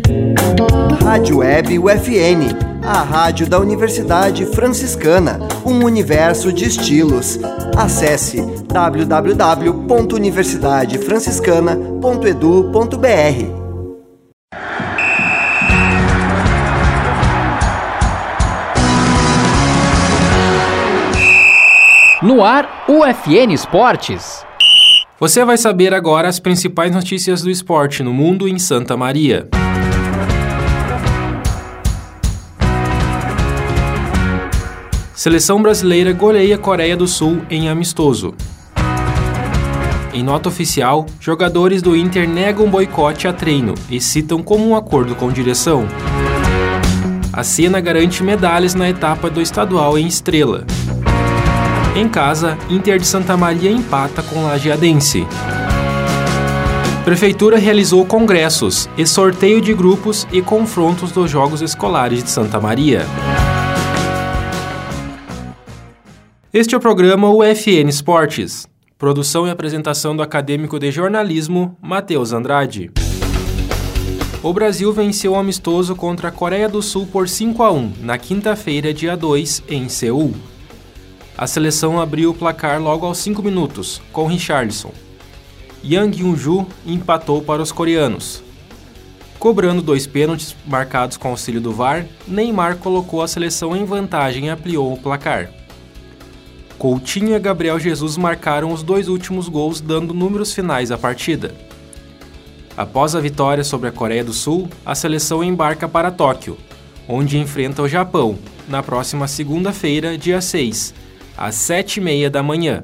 Rádio Web UFN, a rádio da Universidade Franciscana, um universo de estilos. Acesse www.universidadefranciscana.edu.br. No ar, UFN Esportes. Você vai saber agora as principais notícias do esporte no mundo em Santa Maria. Seleção brasileira goleia Coreia do Sul em amistoso. Em nota oficial, jogadores do Inter negam boicote a treino e citam como um acordo com direção. A Sena garante medalhas na etapa do estadual em Estrela. Em casa, Inter de Santa Maria empata com Lajeadense. Prefeitura realizou congressos e sorteio de grupos e confrontos dos Jogos Escolares de Santa Maria. Este é o programa UFN Esportes. Produção e apresentação do acadêmico de jornalismo, Matheus Andrade. O Brasil venceu o amistoso contra a Coreia do Sul por 5-1 na quinta-feira, dia 2, em Seul. A seleção abriu o placar logo aos 5 minutos, com Richarlison. Yang Hyun-ju empatou para os coreanos. Cobrando 2 pênaltis marcados com auxílio do VAR, Neymar colocou a seleção em vantagem e ampliou o placar. Coutinho e Gabriel Jesus marcaram os 2 últimos gols, dando números finais à partida. Após a vitória sobre a Coreia do Sul, a seleção embarca para Tóquio, onde enfrenta o Japão, na próxima segunda-feira, dia 6, às 7h30 da manhã.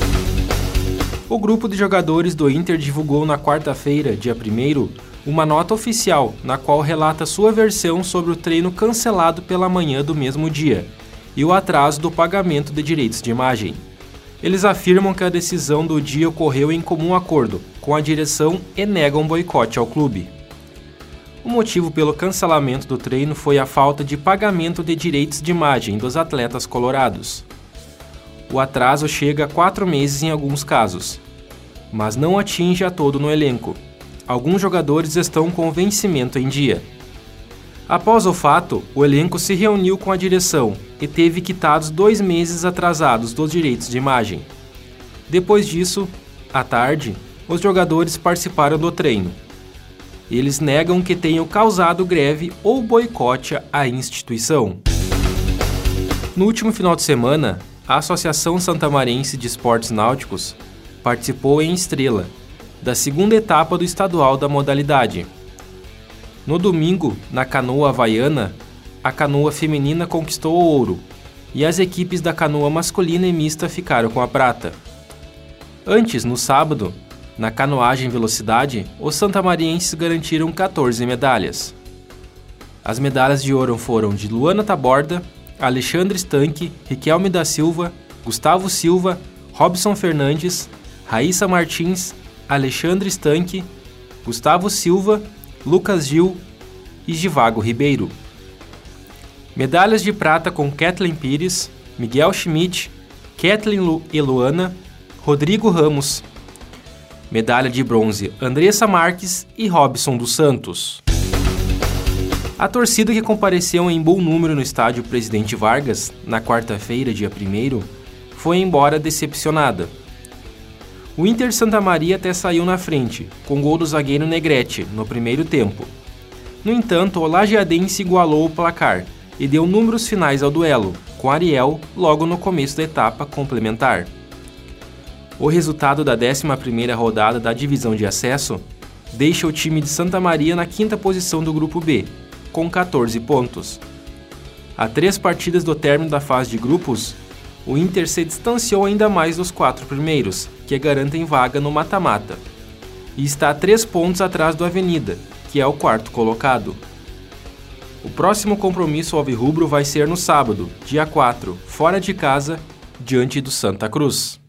O grupo de jogadores do Inter divulgou na quarta-feira, dia 1º, uma nota oficial na qual relata sua versão sobre o treino cancelado pela manhã do mesmo dia e o atraso do pagamento de direitos de imagem. Eles afirmam que a decisão do dia ocorreu em comum acordo com a direção e negam boicote ao clube. O motivo pelo cancelamento do treino foi a falta de pagamento de direitos de imagem dos atletas colorados. O atraso chega a 4 meses em alguns casos, mas não atinge a todo no elenco. Alguns jogadores estão com o vencimento em dia. Após o fato, o elenco se reuniu com a direção e teve quitados 2 meses atrasados dos direitos de imagem. Depois disso, à tarde, os jogadores participaram do treino. Eles negam que tenham causado greve ou boicote à instituição. No último final de semana, a Associação Santamarense de Esportes Náuticos participou em Estrela, da segunda etapa do estadual da modalidade. No domingo, na canoa havaiana, a canoa feminina conquistou o ouro e as equipes da canoa masculina e mista ficaram com a prata. Antes, no sábado, na canoagem velocidade, os santamarienses garantiram 14 medalhas. As medalhas de ouro foram de Luana Taborda, Alexandre Stanque, Riquelme da Silva, Gustavo Silva, Robson Fernandes, Raíssa Martins, Alexandre Stanque, Gustavo Silva, Lucas Gil e Givago Ribeiro. Medalhas de prata com Kathleen Pires, Miguel Schmidt, Kathleen e Luana, Rodrigo Ramos. Medalha de bronze, Andressa Marques e Robson dos Santos. A torcida que compareceu em bom número no estádio Presidente Vargas, na quarta-feira, dia 1º, foi embora decepcionada. O Inter Santa Maria até saiu na frente, com gol do zagueiro Negrete, no primeiro tempo. No entanto, o Lajeadense igualou o placar e deu números finais ao duelo, com Ariel logo no começo da etapa complementar. O resultado da 11ª rodada da divisão de acesso deixa o time de Santa Maria na 5ª posição do Grupo B, com 14 pontos. A 3 partidas do término da fase de grupos, o Inter se distanciou ainda mais dos 4 primeiros, que garantem vaga no mata-mata, e está a 3 pontos atrás do Avenida, que é o 4º colocado. O próximo compromisso alvirrubro vai ser no sábado, dia 4, fora de casa, diante do Santa Cruz.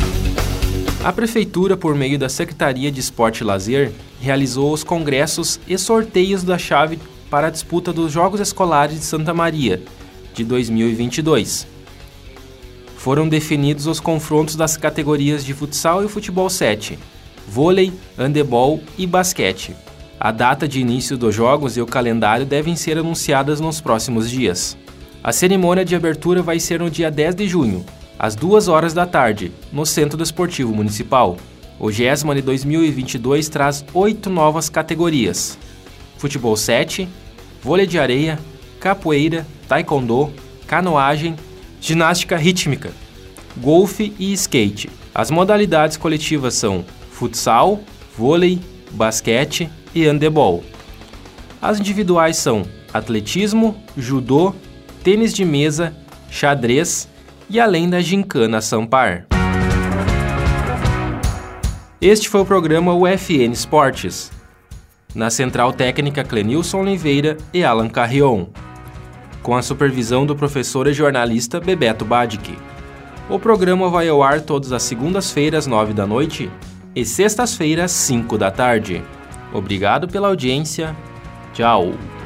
A Prefeitura, por meio da Secretaria de Esporte e Lazer, realizou os congressos e sorteios da chave para a disputa dos Jogos Escolares de Santa Maria, de 2022. Foram definidos os confrontos das categorias de futsal e futebol 7, vôlei, handebol e basquete. A data de início dos jogos e o calendário devem ser anunciadas nos próximos dias. A cerimônia de abertura vai ser no dia 10 de junho, às 2 horas da tarde, no Centro Desportivo Municipal. O GESMA de 2022 traz 8 novas categorias: futebol 7, vôlei de areia, capoeira, taekwondo, canoagem, ginástica rítmica, golfe e skate. As modalidades coletivas são futsal, vôlei, basquete e handebol. As individuais são atletismo, judô, tênis de mesa, xadrez e além da gincana Sampar. Este foi o programa UFN Esportes. Na Central Técnica Clenilson Oliveira e Alan Carrion, com a supervisão do professor e jornalista Bebeto Badic. O programa vai ao ar todas as segundas-feiras, 9 da noite, e sextas-feiras, 5 da tarde. Obrigado pela audiência. Tchau!